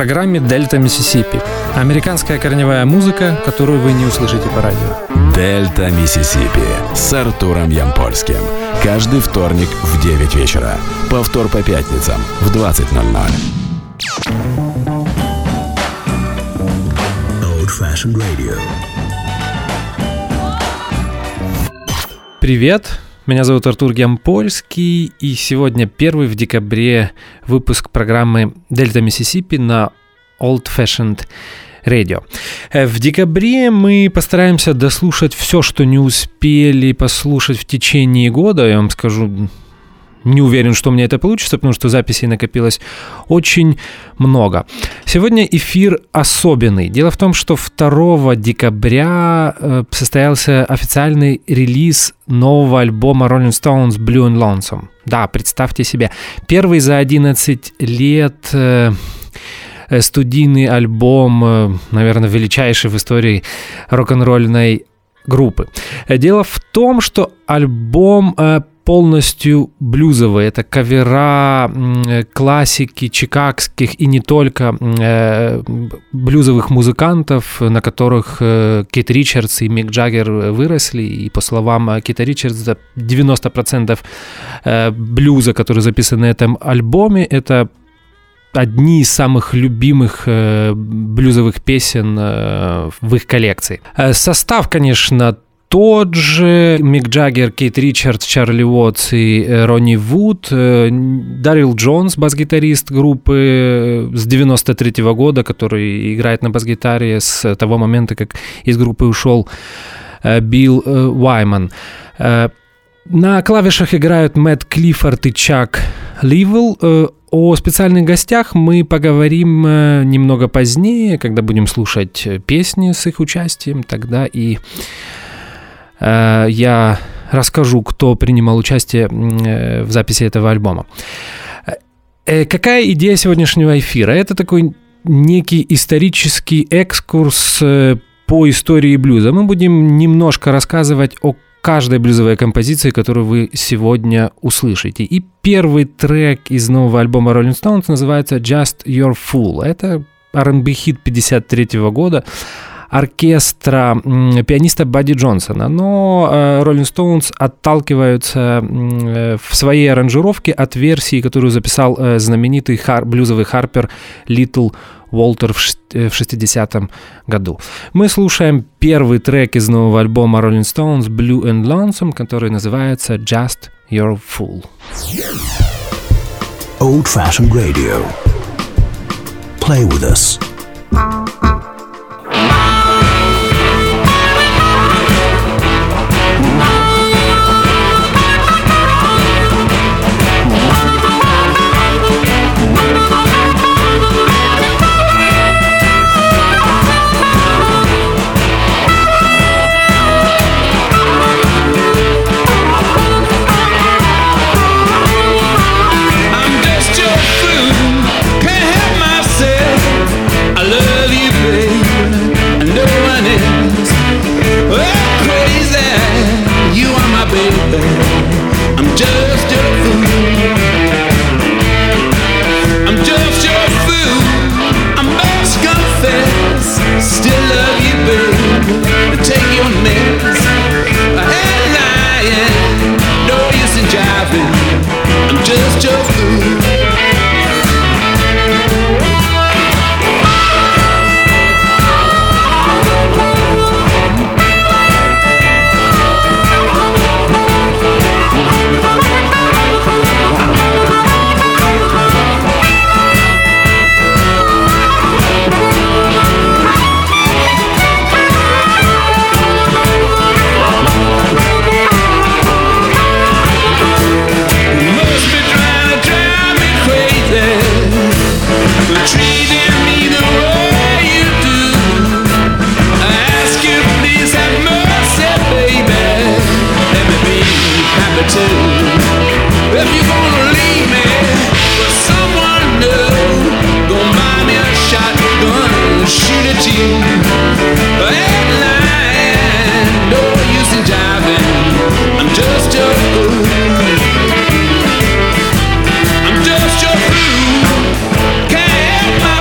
программе «Дельта Миссисипи». Американская корневая музыка, которую вы не услышите по радио. «Дельта Миссисипи» с Артуром Ямпольским. Каждый вторник в 9 вечера. Повтор по пятницам в 20:00. Old Fashioned Radio. Привет, меня зовут Артур Ямпольский, и сегодня первый в декабре выпуск программы «Дельта Миссисипи» на Old Fashioned Radio. В декабре мы постараемся дослушать все, что не успели послушать в течение года. Я вам скажу, не уверен, что у меня это получится, потому что записей накопилось очень много. Сегодня эфир особенный. Дело в том, что 2 декабря состоялся официальный релиз нового альбома Rolling Stones Blue and Lonesome. Да, представьте себе, первый за 11 лет студийный альбом, наверное, величайший в истории рок-н-ролльной группы. Дело в том, что альбом полностью блюзовый. Это кавера классики чикагских и не только блюзовых музыкантов, на которых Кит Ричардс и Мик Джаггер выросли. И по словам Кита Ричардса, 90% блюза, которые записаны на этом альбоме, это одни из самых любимых блюзовых песен в их коллекции. Состав, конечно, тот же: Мик Джаггер, Кит Ричардс, Чарли Уотс и Ронни Вуд. Даррил Джонс, бас-гитарист группы с 93 года, который играет на бас-гитаре с того момента, как из группы ушел Билл Уайман. На клавишах играют Мэтт Клиффорд и Чак Ливелл. О специальных гостях мы поговорим немного позднее, когда будем слушать песни с их участием. Тогда и я расскажу, кто принимал участие в записи этого альбома. Какая идея сегодняшнего эфира? Это такой некий исторический экскурс по истории блюза. Мы будем немножко рассказывать о каждой блюзовой композиции, которую вы сегодня услышите. И первый трек из нового альбома Rolling Stones называется «Just Your Fool». Это R&B-хит 1953 года оркестра пианиста Бадди Джонсона. Но Rolling Stones отталкиваются в своей аранжировке от версии, которую записал знаменитый блюзовый харпер Литл Уолтер в 60-м году. Мы слушаем первый трек из нового альбома Rolling Stones Blue and Lonesome, который называется Just Your Fool. Old Fashioned Radio. Play with us. I'm just your fool. Can't help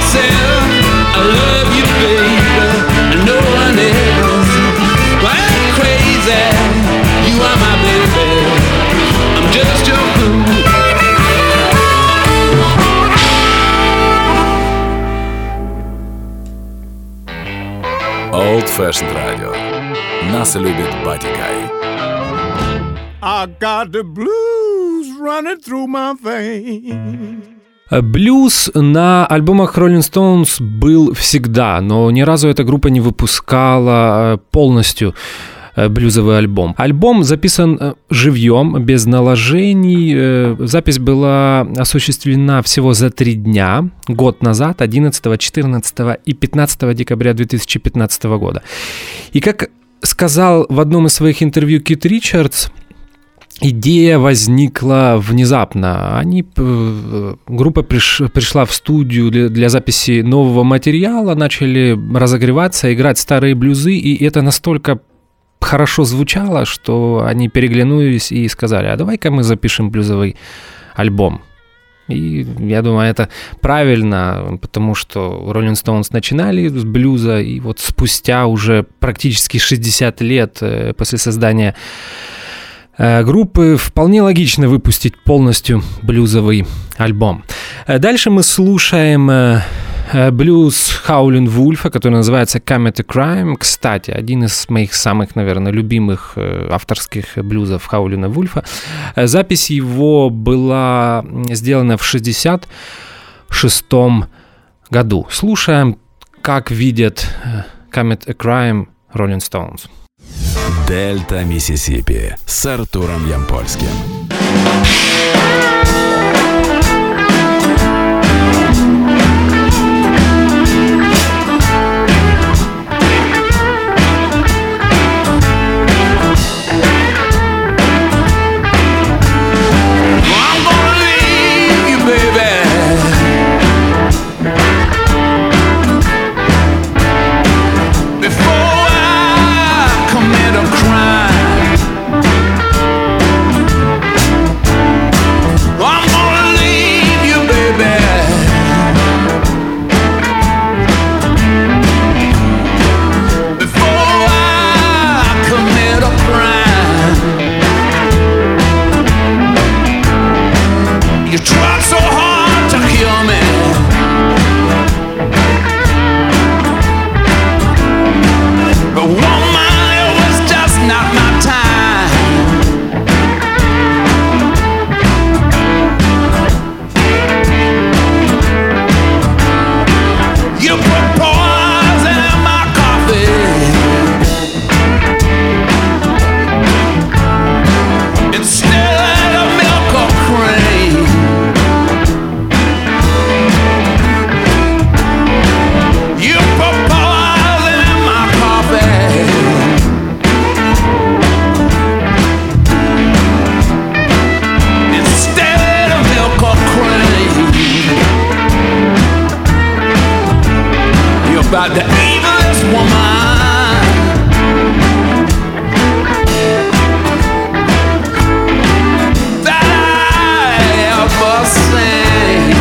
Old Fashioned Radio. Нас любит Бадди Гай. I got the blues running through my veins. Блюз на альбомах Rolling Stones был всегда, но ни разу эта группа не выпускала полностью блюзовый альбом.Альбом записан живьем, без наложений. Запись была осуществлена всего за 3 дня, год назад, 11, 14 и 15 декабря 2015 года. И как сказал в одном из своих интервью Кит Ричардс, идея возникла внезапно. Группа пришла в студию для записи нового материала, начали разогреваться, играть старые блюзы, и это настолько хорошо звучало, что они переглянулись и сказали: а давай-ка мы запишем блюзовый альбом. И я думаю, это правильно, потому что Rolling Stones начинали с блюза, и вот спустя уже практически 60 лет после создания группы вполне логично выпустить полностью блюзовый альбом. Дальше мы слушаем блюз Howlin' Wolf, который называется Commit a Crime. Кстати, один из моих самых, наверное, любимых авторских блюзов Howlin' Wolf. Запись его была сделана в 1966 году. Слушаем, как видят Commit a Crime Rolling Stones. Дельта Миссисипи с Артуром Ямпольским. About the evilest woman that I ever seen.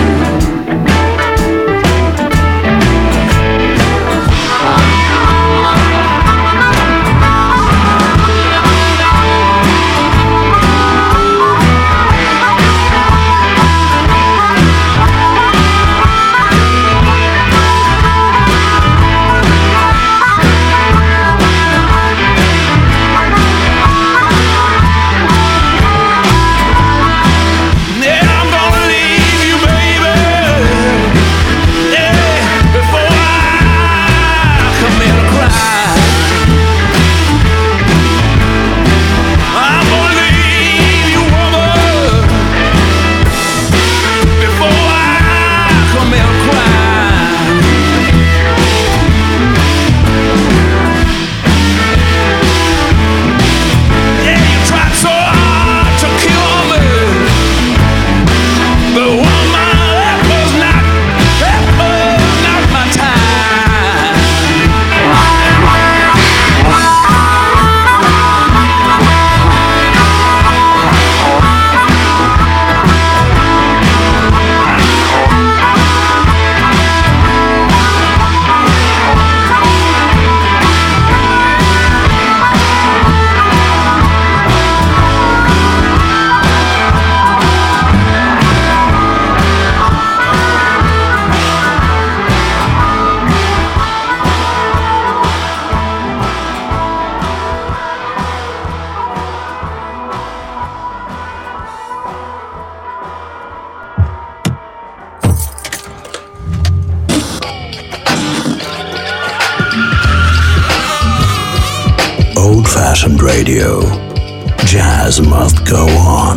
Old-fashioned radio. Jazz must go on.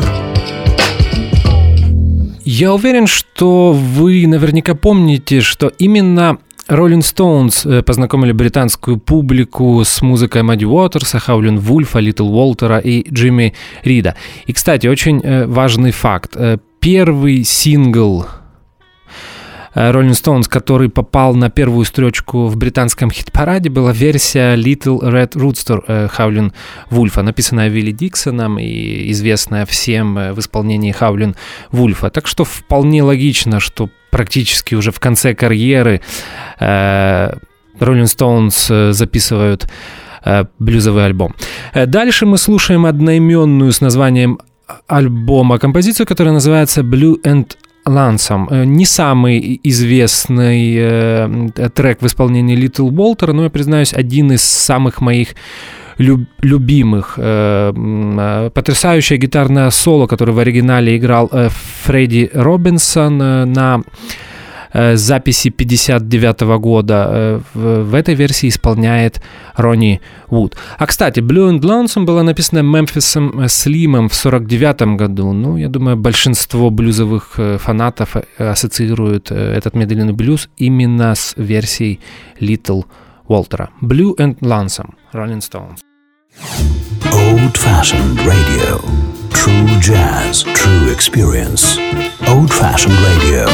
Я уверен, что вы наверняка помните, что именно Rolling Stones познакомили британскую публику с музыкой Мадди Уотерса, Хавлин Вульфа, Литл Уолтера и Джимми Рида. И, кстати, очень важный факт. Первый сингл Rolling Stones, который попал на первую строчку в британском хит-параде, была версия Little Red Rooster Хавлин Вульфа, написанная Вилли Диксоном и известная всем в исполнении Хавлин Вульфа. Так что вполне логично, что практически уже в конце карьеры Rolling Stones записывают блюзовый альбом. Дальше мы слушаем одноименную с названием альбома композицию, которая называется Blue and Lonesome. Не самый известный трек в исполнении Литл Уолтера, но, я признаюсь, один из самых моих любимых. Потрясающее гитарное соло, которое в оригинале играл Фредди Робинсон на записи 59 года. В этой версии исполняет Ронни Вуд. А, кстати, Blue and Lonesome была написана Мемфисом Слимом в 49 году. Ну, я думаю, большинство блюзовых фанатов ассоциируют этот медленный блюз именно с версией Литл Уолтера. Blue and Lonesome, Rolling Stones. Old-fashioned radio. True jazz, true experience. Old-fashioned radio.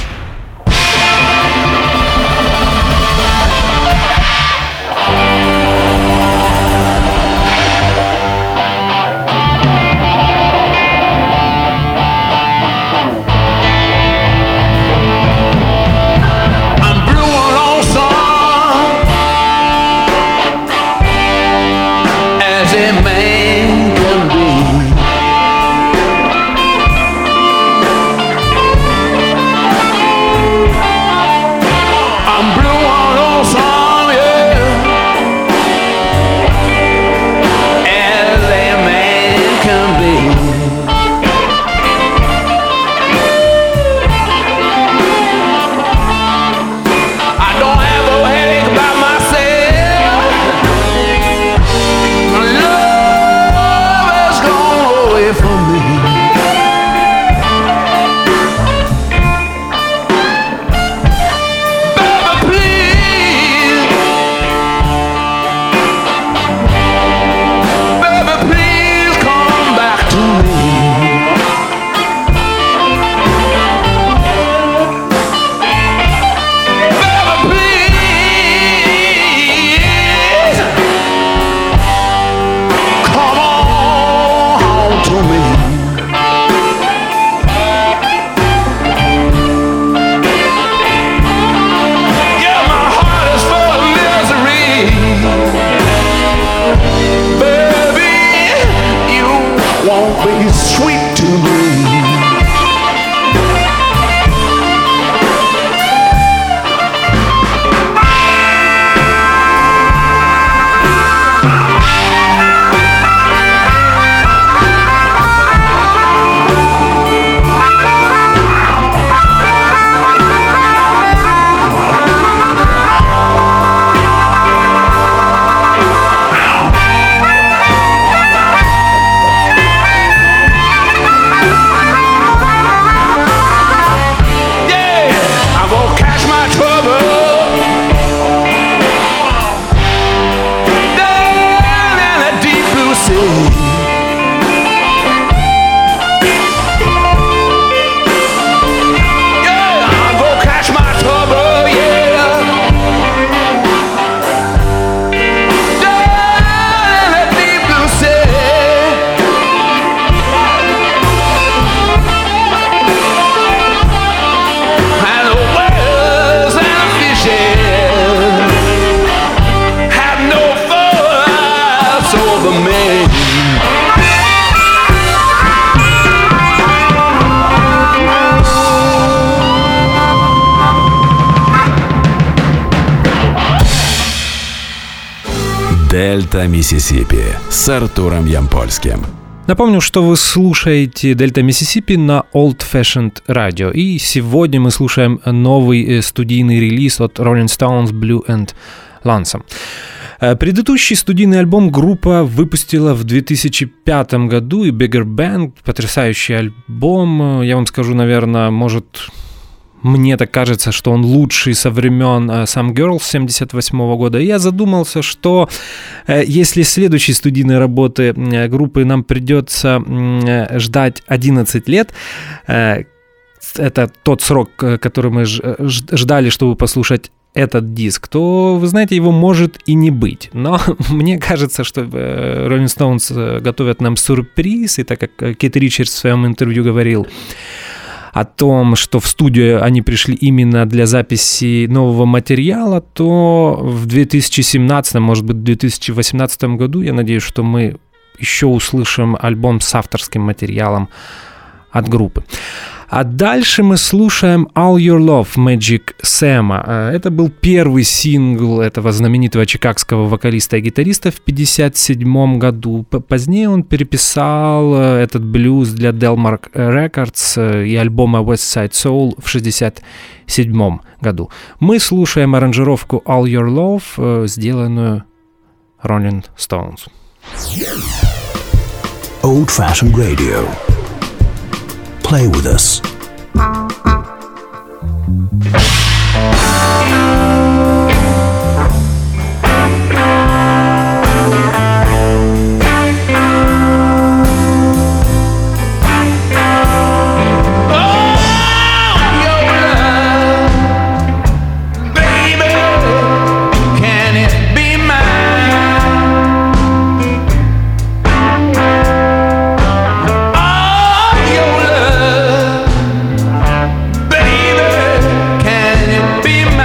Дельта Миссисипи с Артуром Ямпольским. Напомню, что вы слушаете Дельта Миссисипи на Old-fashioned Radio. И сегодня мы слушаем новый студийный релиз от Rolling Stones Blue and Lonesome. Предыдущий студийный альбом группа выпустила в 2005 году, и Bigger Band, потрясающий альбом, я вам скажу, наверное, может... Мне так кажется, что он лучший со времен Some Girls 78 года. И я задумался, что если следующей студийной работы группы нам придется ждать 11 лет, это тот срок, который мы ждали, чтобы послушать этот диск, то, вы знаете, его может и не быть. Но мне кажется, что Rolling Stones готовят нам сюрприз, и так как Кит Ричардс в своем интервью говорил о том, что в студию они пришли именно для записи нового материала, то в 2017, может быть, в 2018 году, я надеюсь, что мы еще услышим альбом с авторским материалом от группы. А дальше мы слушаем All Your Love Magic Сэма. Это был первый сингл этого знаменитого чикагского вокалиста и гитариста в 1957 году. Позднее он переписал этот блюз для Delmark Records и альбома West Side Soul в 1967 году. Мы слушаем аранжировку All Your Love, сделанную Rolling Stones. Old Fashioned Radio. Play with us. Be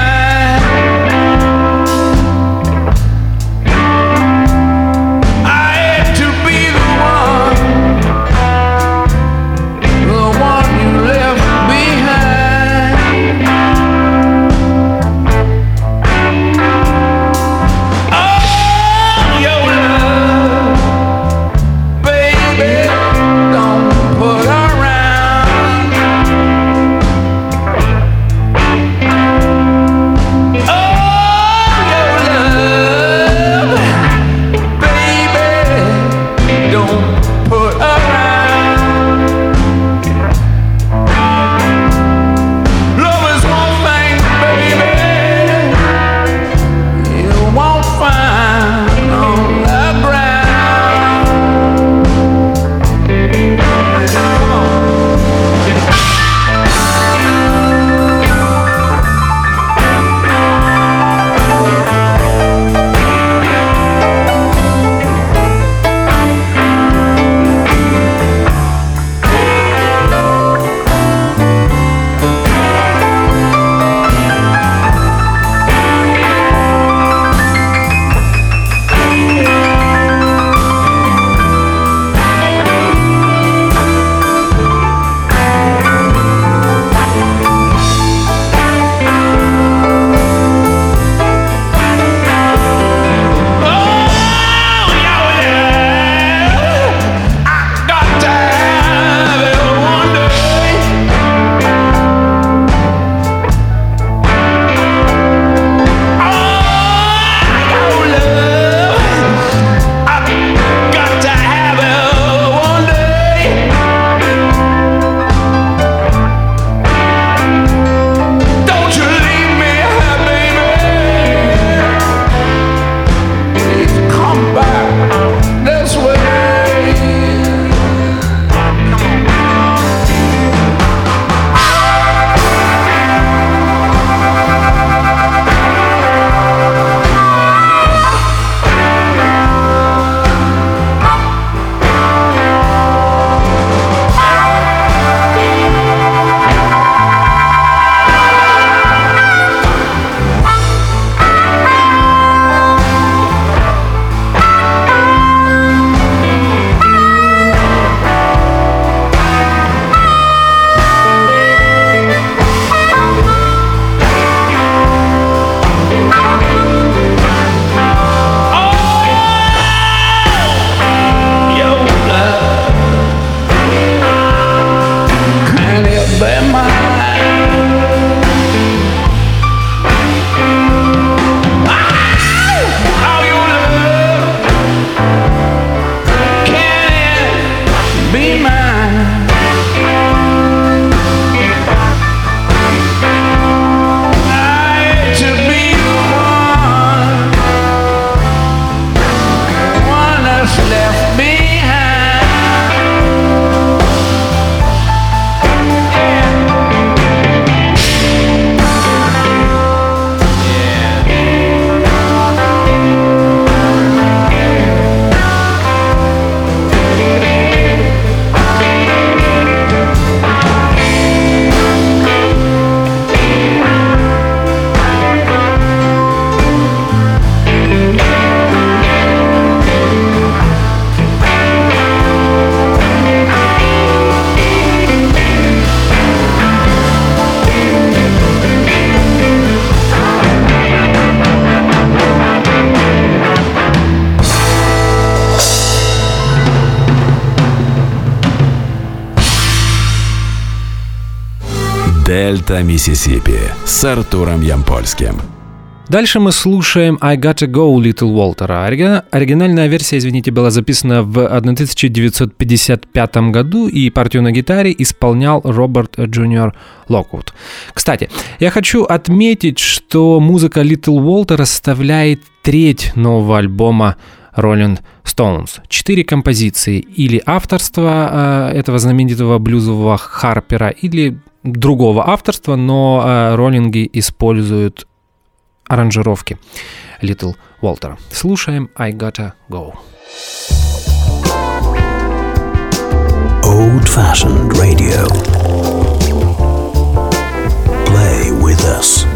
Дельта Миссисипи с Артуром Ямпольским. Дальше мы слушаем «I Gotta Go» Little Walter. Оригинальная версия, извините, была записана в 1955 году, и партию на гитаре исполнял Роберт Джуниор Локвуд. Кстати, я хочу отметить, что музыка Little Walter составляет треть нового альбома Rolling Stones. 4 композиции или авторства этого знаменитого блюзового Харпера, или другого авторства, но роллинги используют аранжировки Little Walter. Слушаем «I Gotta Go». Old-fashioned radio. Play with us.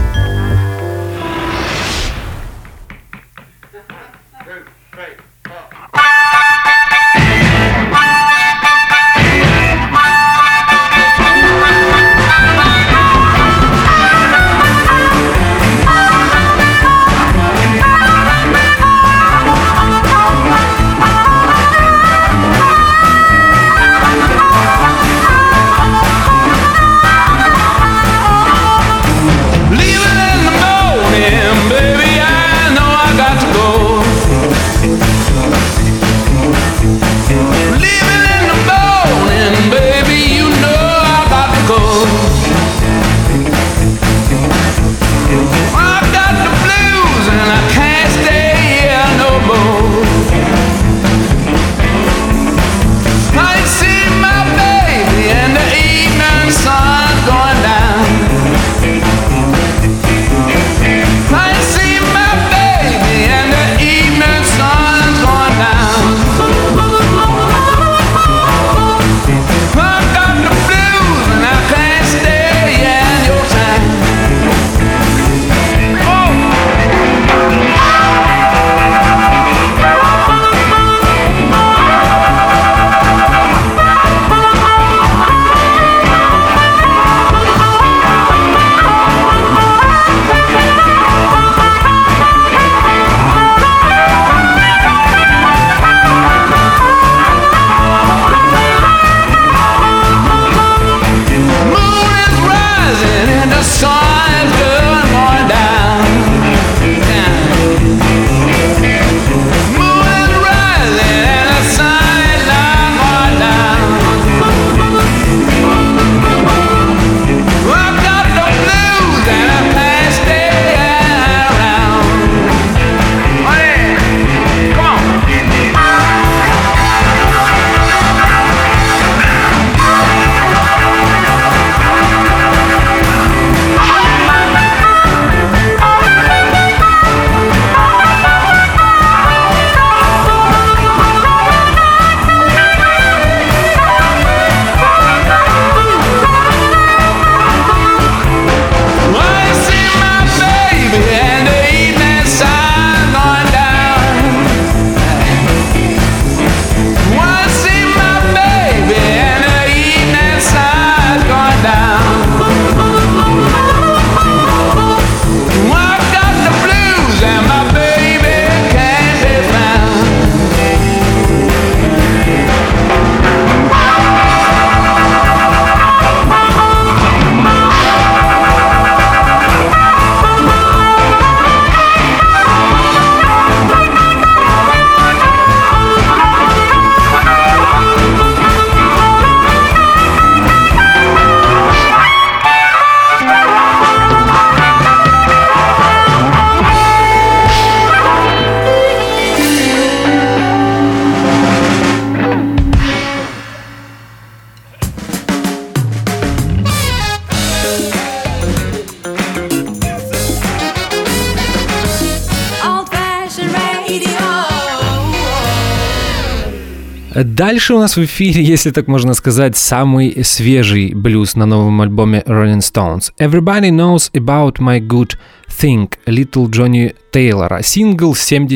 Дальше у нас в эфире, если так можно сказать, самый свежий блюз на новом альбоме Rolling Stones. Everybody Knows About My Good Thing Little Johnny Taylor. Сингл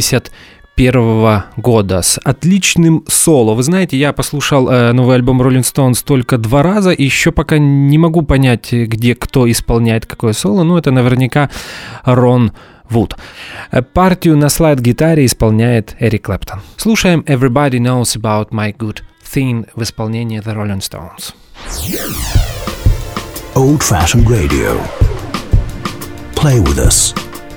71 года с отличным соло. Вы знаете, я послушал новый альбом Rolling Stones только 2 раза, и еще пока не могу понять, где кто исполняет какое соло. Ну, это наверняка Рон Вуд. Партию на слайд-гитаре исполняет Эрик Клэптон. Слушаем Everybody Knows About My Good Thing в исполнении The Rolling Stones. Old-fashioned radio. Play with us.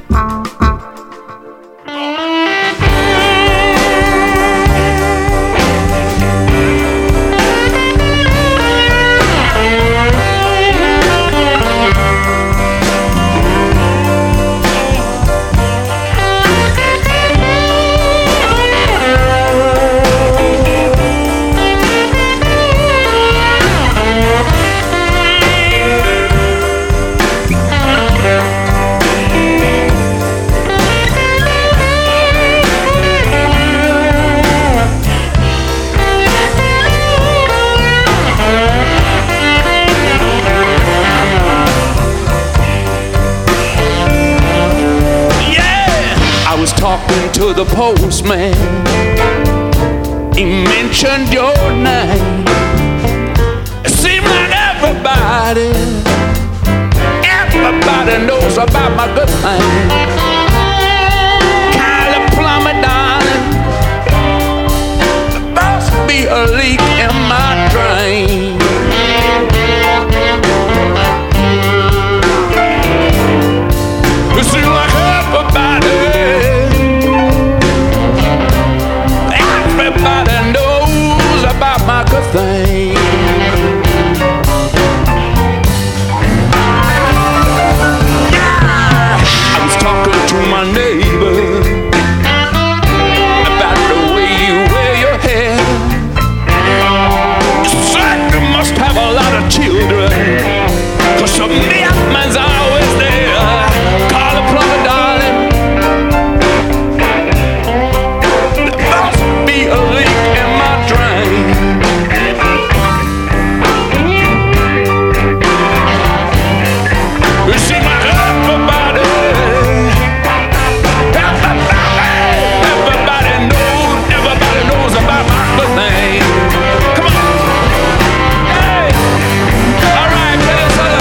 Talking to the postman, he mentioned your name. It seemed like everybody knows about my good thing. Kylie Plummer, darling, there must be a leak in my drain. It seems like everybody knows about my good thing. Yeah. I was talking to my neighbor about the way you wear your hair. You certainly must have a lot of children, 'cause some man's always there. Call a plumber, darling. There must be a leak in my drain. You see my everybody knows about my good thing. Come on. Hey. All right, listen.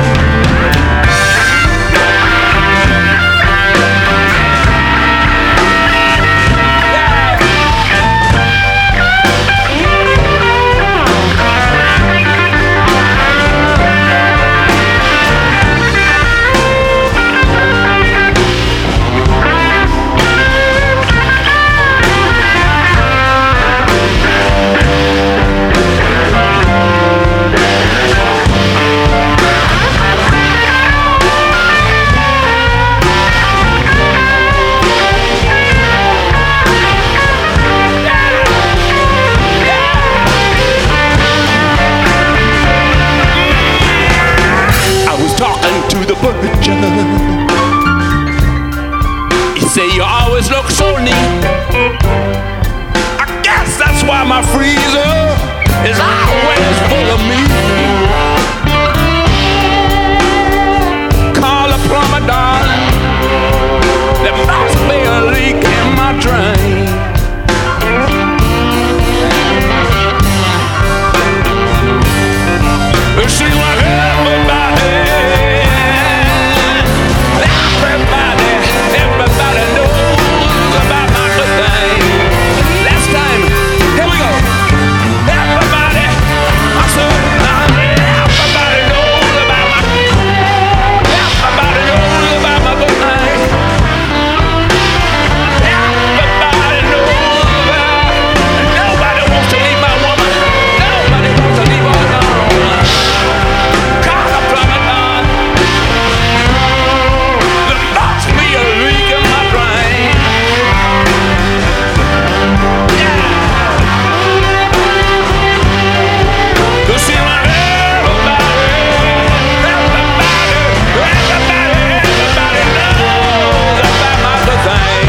I was talking to the butcher. He said you always look so neat. I guess that's why my freezer is always full of meat. Call a plumber, darling. There must be a leak in my drain. It seems like everybody knows about my good thing. Last time, here we go. Everybody, I said, everybody knows about my good thing. Everybody knows about. Nobody wants to leave my woman. Nobody wants to leave her alone. Call a plumber, darling. There must be a leak in my brain. Yeah. You see my everybody knows about my good thing.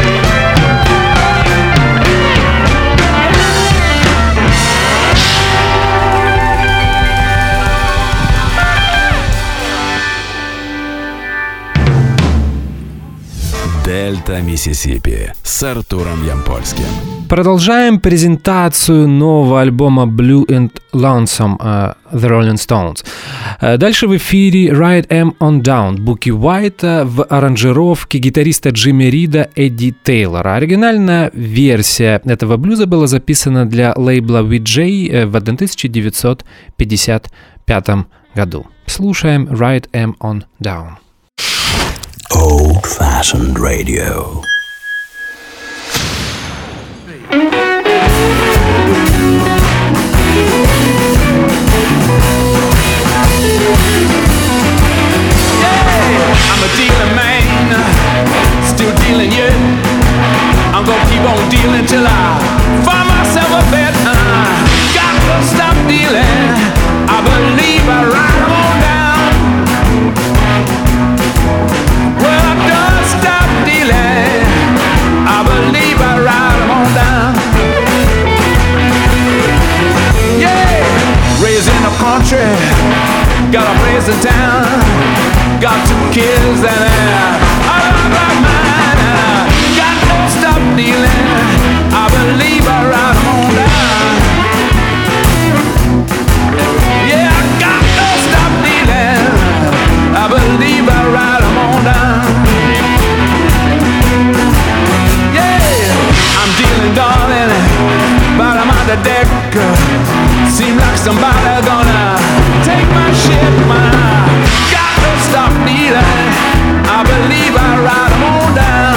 Дельта Миссисипи с Артуром Ямпольским. Продолжаем презентацию нового альбома Blue and Lonesome The Rolling Stones. Дальше в эфире Ride 'Em On Down Буки Уайта в аранжировке гитариста Джимми Рида Эдди Тейлора. Оригинальная версия этого блюза была записана для лейбла VJ в 1955 году. Слушаем Ride 'Em On Down. Old-fashioned radio. I'm a dealing man, still dealing yet. I'm gonna keep on dealing till I find myself a bed. Got to stop dealing. I believe I write 'em on down. Well, I don't stop dealing. I believe I write 'em on down. Yeah, raised in the country, got a place in town. Got 2 kids and I love my mind. Got to stop dealing. I believe I write 'em on down. Yeah, I got to stop dealing. I believe I write 'em on down. Yeah, I'm dealing, darling, but I'm on the deck. Seems like somebody gonna take my shit, man. Stop dealing. I believe I write 'em on down.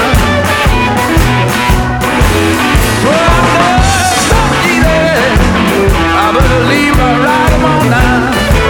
Well, stop dealing. I believe I write 'em on down.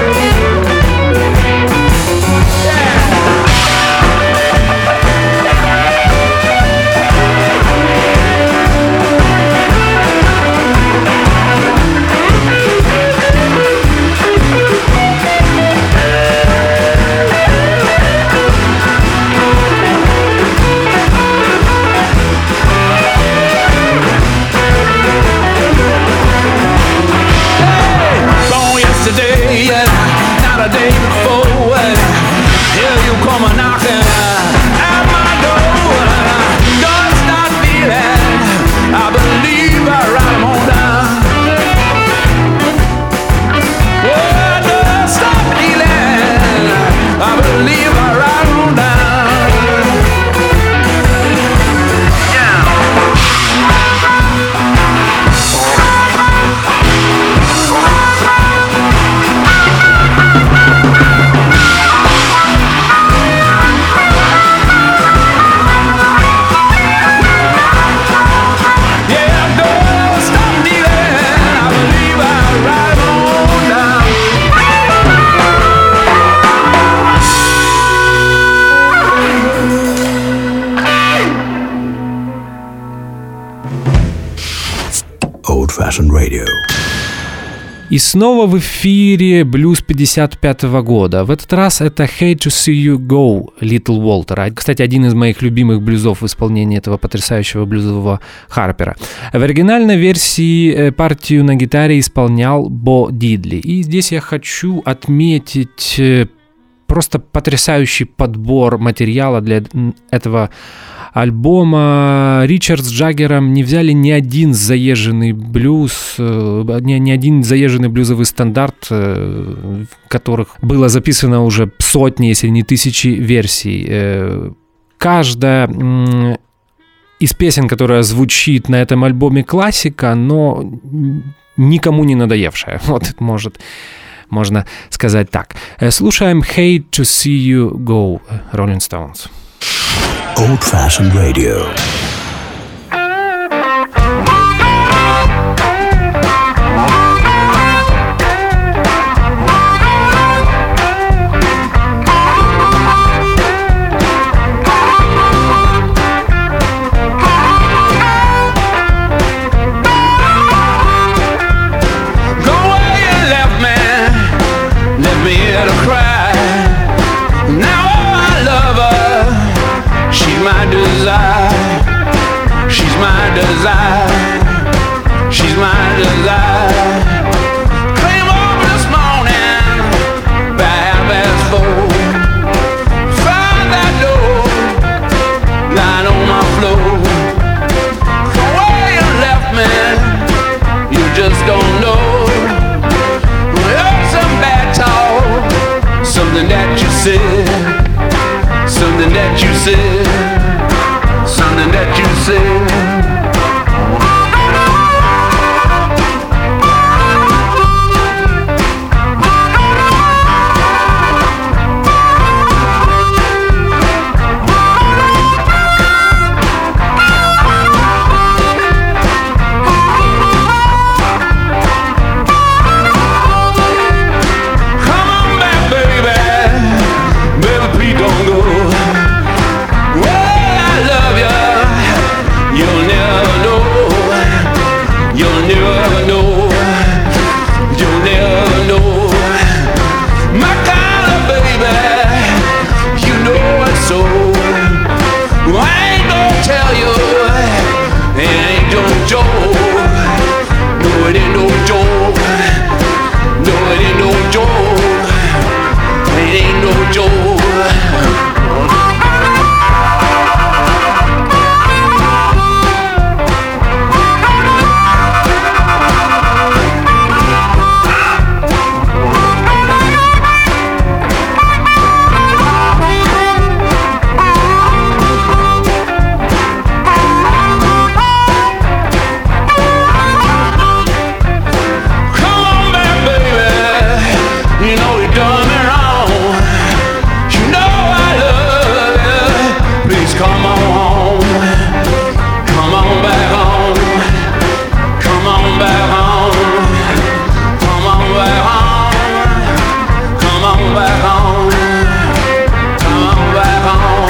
Not a day before, here you come a knocking at my door. Don't stop feeling. I believe I write 'em on down. Oh, don't stop feeling. I believe I write 'em on down. Yeah. Old-fashioned radio. И снова в эфире блюз 55-го года. В этот раз это Hate to See You Go, Little Walter. Кстати, один из моих любимых блюзов в исполнении этого потрясающего блюзового Харпера. В оригинальной версии партию на гитаре исполнял Бо Дидли. И здесь я хочу отметить просто потрясающий подбор материала для этого альбома. Ричард с Джаггером не взяли ни один заезженный блюз, ни один заезженный блюзовый стандарт, которых было записано уже сотни, если не тысячи версий. Каждая из песен, которая звучит на этом альбоме, классика, но никому не надоевшая. Вот, можно сказать так. Слушаем Hate to See You Go, Rolling Stones. Old-fashioned radio. Something that you said, something that you said. come on home. Come on back home. Come on back home. Come on back home. Come on back home. Come on back home.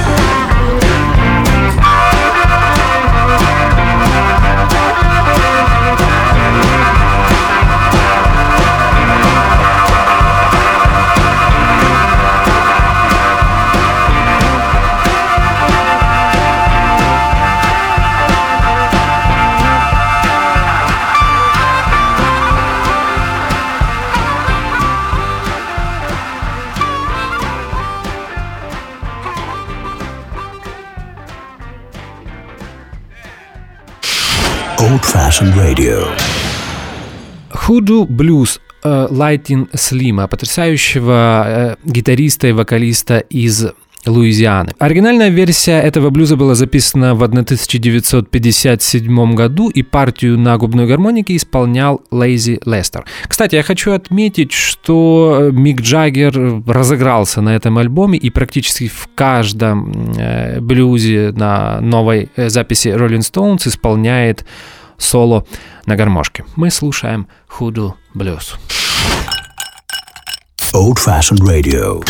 Old-fashioned radio. Hoodoo Blues Lightning Slim, потрясающего гитариста и вокалиста из Луизианы. Оригинальная версия этого блюза была записана в 1957 году, и партию на губной гармонике исполнял Лейзи Лестер. Кстати, я хочу отметить, что Мик Джаггер разыгрался на этом альбоме, и практически в каждом блюзе на новой записи Rolling Stones исполняет соло на гармошке. Мы слушаем Hoodoo Blues. Old-fashioned radio.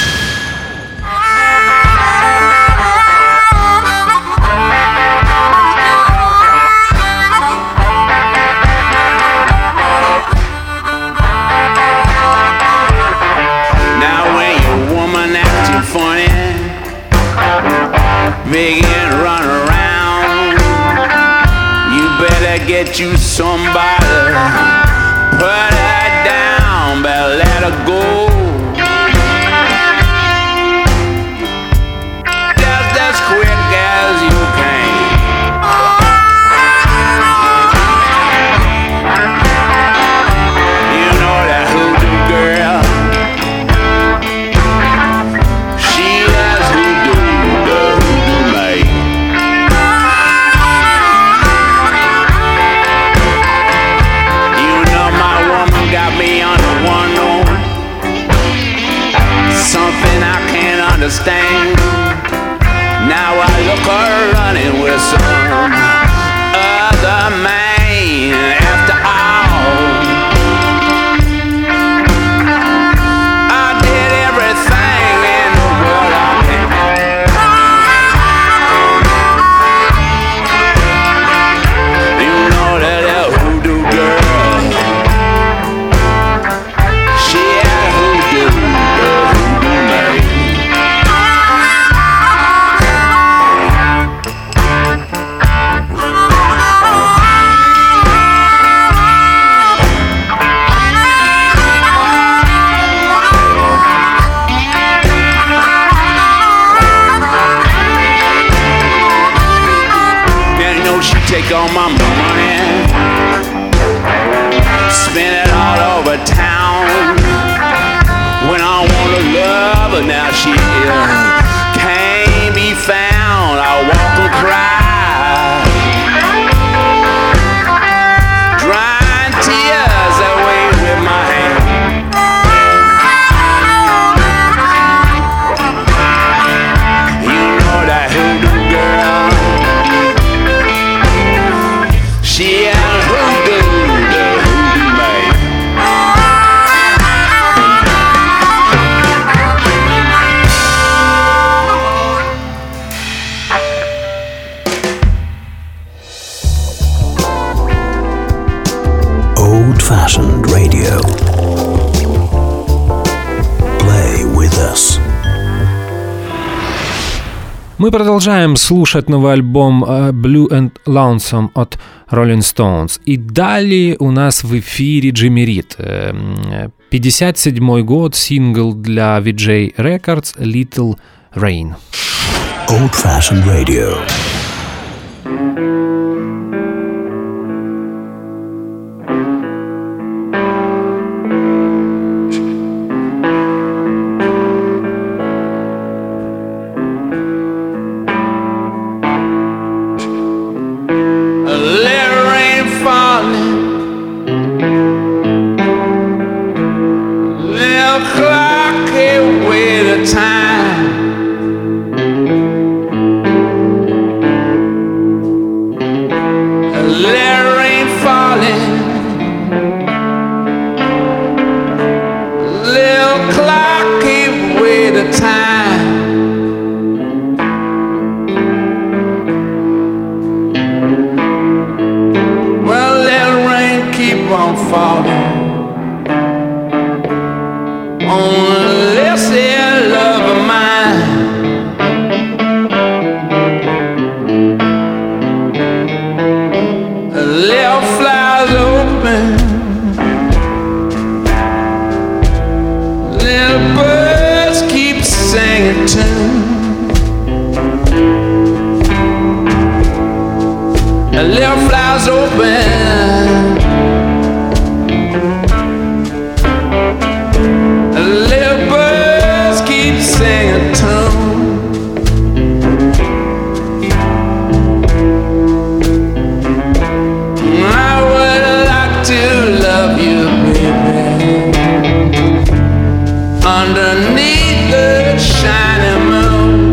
Begin to run around. You better get you somebody. Put her down, better let her go. Just as quick as you can. You know that hoodoo girl. She has hoodoo. Understand. Now I look her running with some other man. After all, I did everything in the world I can. You know that hoodoo girl. She had hoodoo, the hoodoo man. Take all my money, spend it all over town. When I want to love her, now she can't be found. I walk and cry, drying tears away with my hand. You know that hoodoo girl. She has hoodoo, the hoodoo man. Old-fashioned radio. Play with us. Мы продолжаем слушать новый альбом Blue and Lonesome от Rolling Stones. И далее у нас в эфире Джимми Рид. 57-й год, сингл для VJ Records Little Rain. Old-fashioned radio. Time little flowers open, little birds keep singing tune. I would like to love you, baby, underneath the shining moon.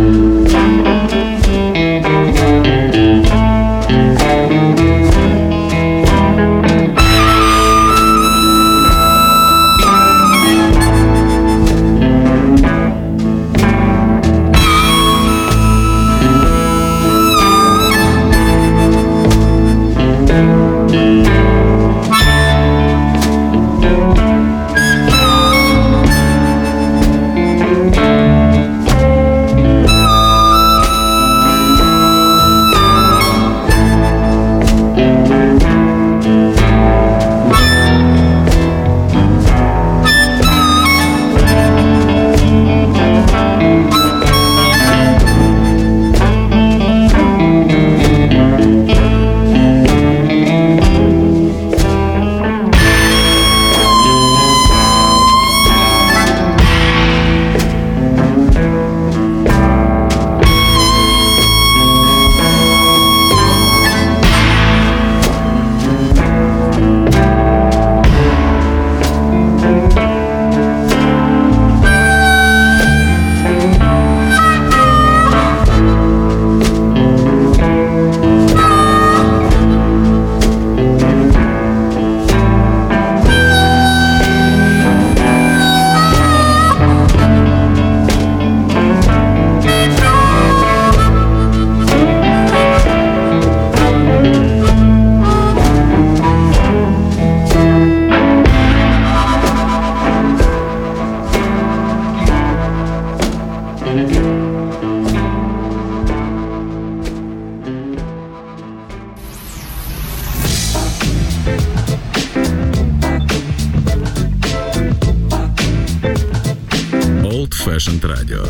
Old-Fashioned Radio.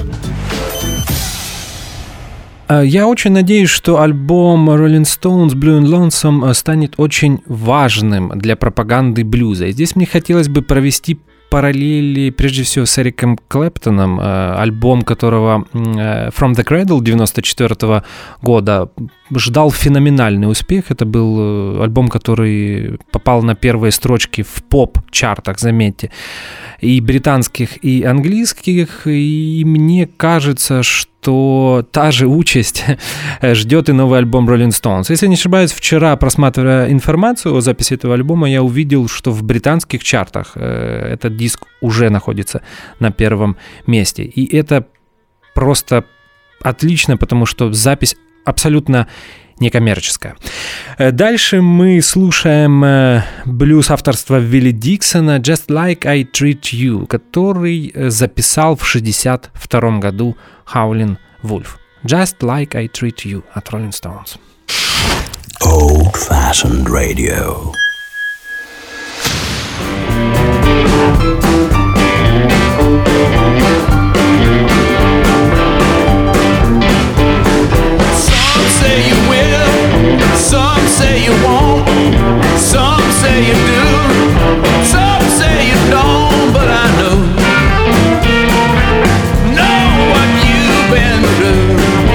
Я очень надеюсь, что альбом Rolling Stones Blue and Lonesome станет очень важным для пропаганды блюза. И здесь мне хотелось бы провести параллели, прежде всего, с Эриком Клэптоном, альбом которого From the Cradle 1994 года ждал феноменальный успех. Это был альбом, который попал на первые строчки в поп-чартах, заметьте, и британских, и английских. И мне кажется, что та же участь ждет и новый альбом Rolling Stones. Если не ошибаюсь, вчера, просматривая информацию о записи этого альбома, я увидел, что в британских чартах этот диск уже находится на первом месте. И это просто отлично, потому что запись абсолютно некоммерческая. Дальше мы слушаем блюз авторства Вилли Диксона «Just Like I Treat You», который записал в 1962 году Howlin' Wolf. «Just Like I Treat You» от Rolling Stones. Old-fashioned radio. Some say you will, some say you won't, some say you do, some say you don't, but I know what you've been through.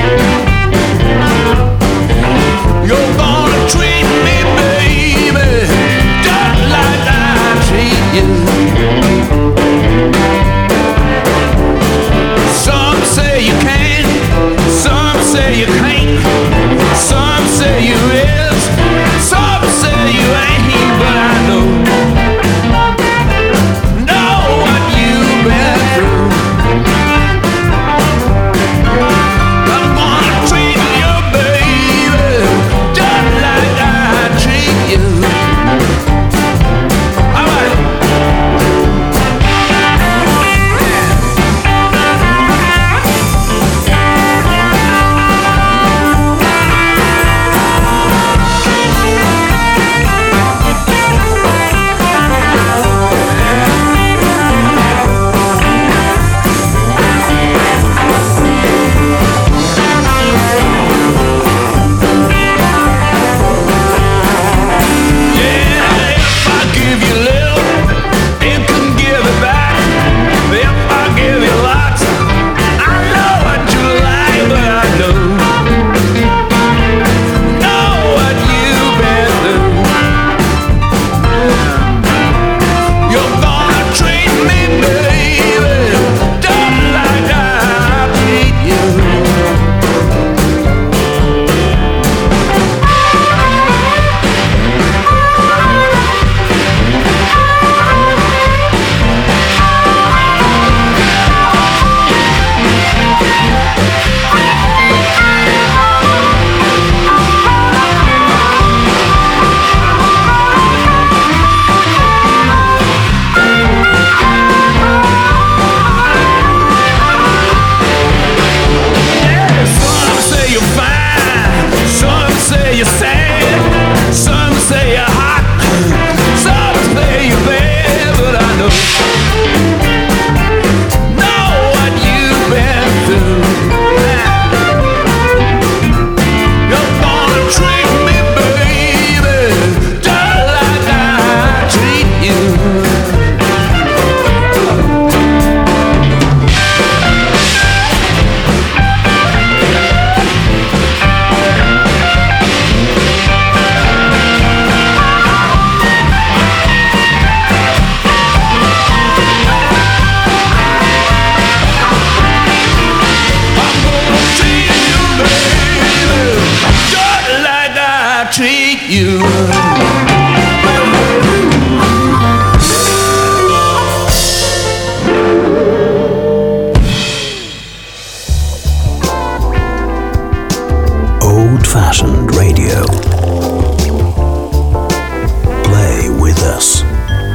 You're gonna treat me, baby, just like I treat you. Some say you can, some say you can't, some say you is, some say you ain't, but I know what you've been through. I'm gonna treat you, baby, just like I treat you. All right. you. Old-fashioned radio. Play with us.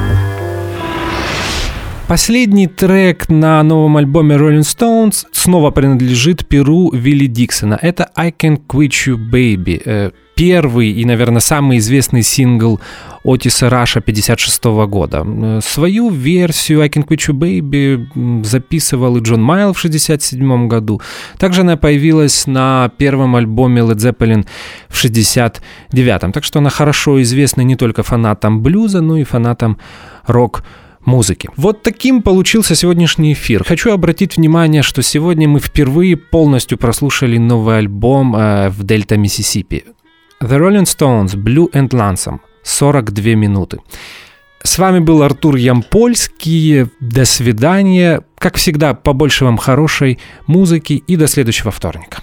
Последний трек на новом альбоме Rolling Stones снова принадлежит перу Вилли Диксона. Это I Can't Quit You Baby. Первый и, наверное, самый известный сингл Отиса Раша 1956 года. Свою версию I Can't Quit You Baby записывал и Джон Майл в 1967 году. Также она появилась на первом альбоме Led Zeppelin в 1969. Так что она хорошо известна не только фанатам блюза, но и фанатам рок-музыки. Вот таким получился сегодняшний эфир. Хочу обратить внимание, что сегодня мы впервые полностью прослушали новый альбом в Дельта, Миссисипи. The Rolling Stones, Blue and Lonesome. 42 минуты. С вами был Артур Ямпольский. До свидания. Как всегда, побольше вам хорошей музыки и до следующего вторника.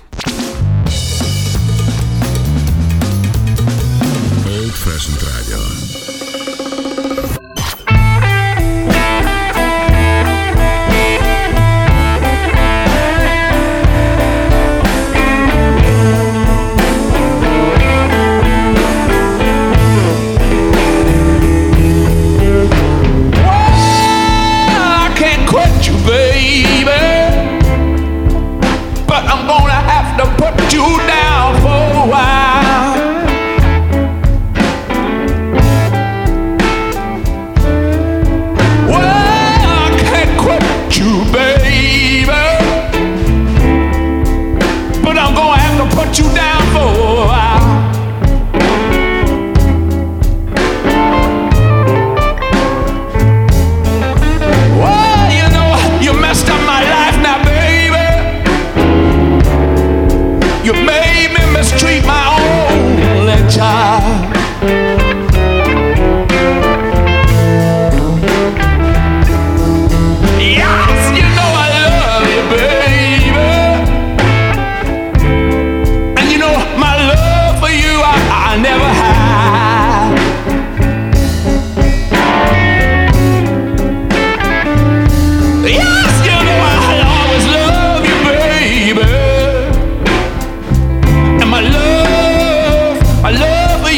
Old Fashioned Radio. My love for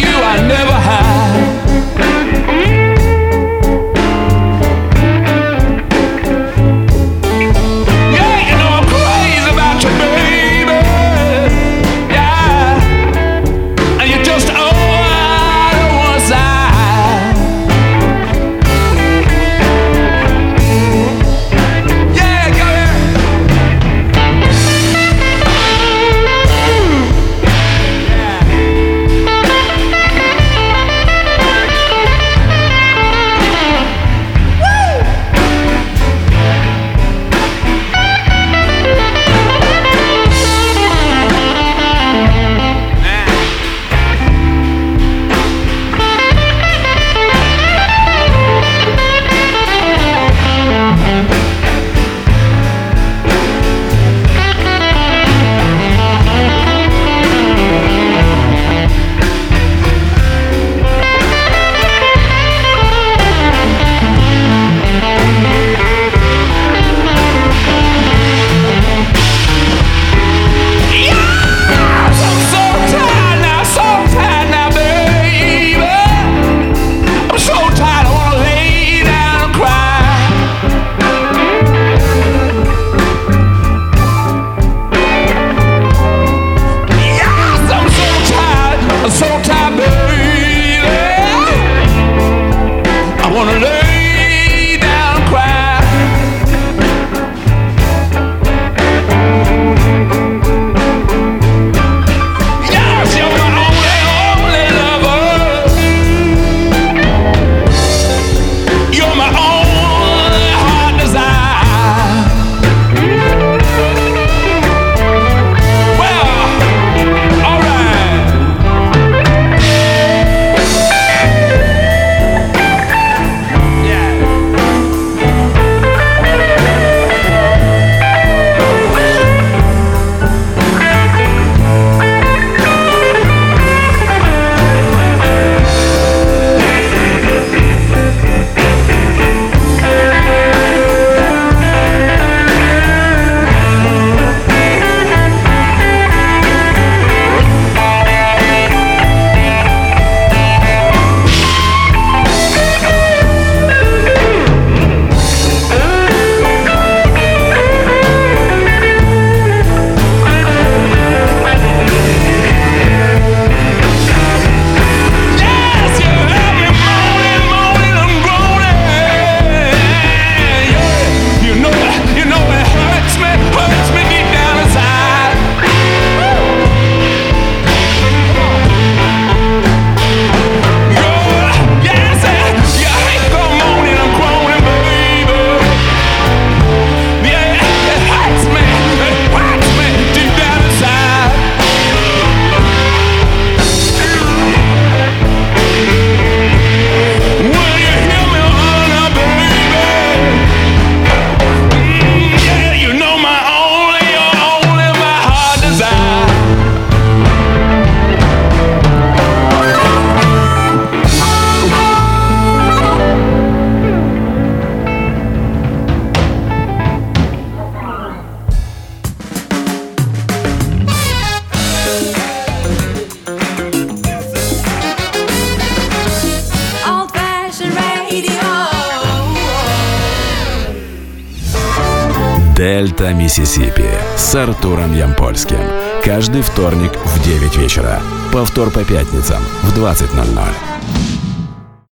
Дельта Миссисипи с Артуром Ямпольским. Каждый вторник в 9 вечера. Повтор по пятницам в 20:00.